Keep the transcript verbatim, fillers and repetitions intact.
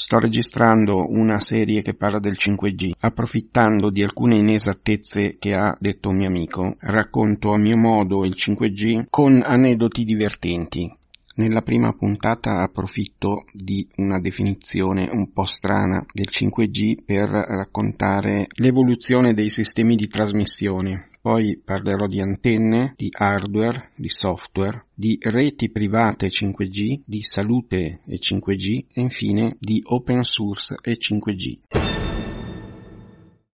Sto registrando una serie che parla del cinque G. Approfittando di alcune inesattezze che ha detto un mio amico, racconto a mio modo il cinque G con aneddoti divertenti. Nella prima puntata approfitto di una definizione un po' strana del cinque G per raccontare l'evoluzione dei sistemi di trasmissione. Poi parlerò di antenne, di hardware, di software, di reti private cinque G, di salute e cinque G e infine di open source e cinque G.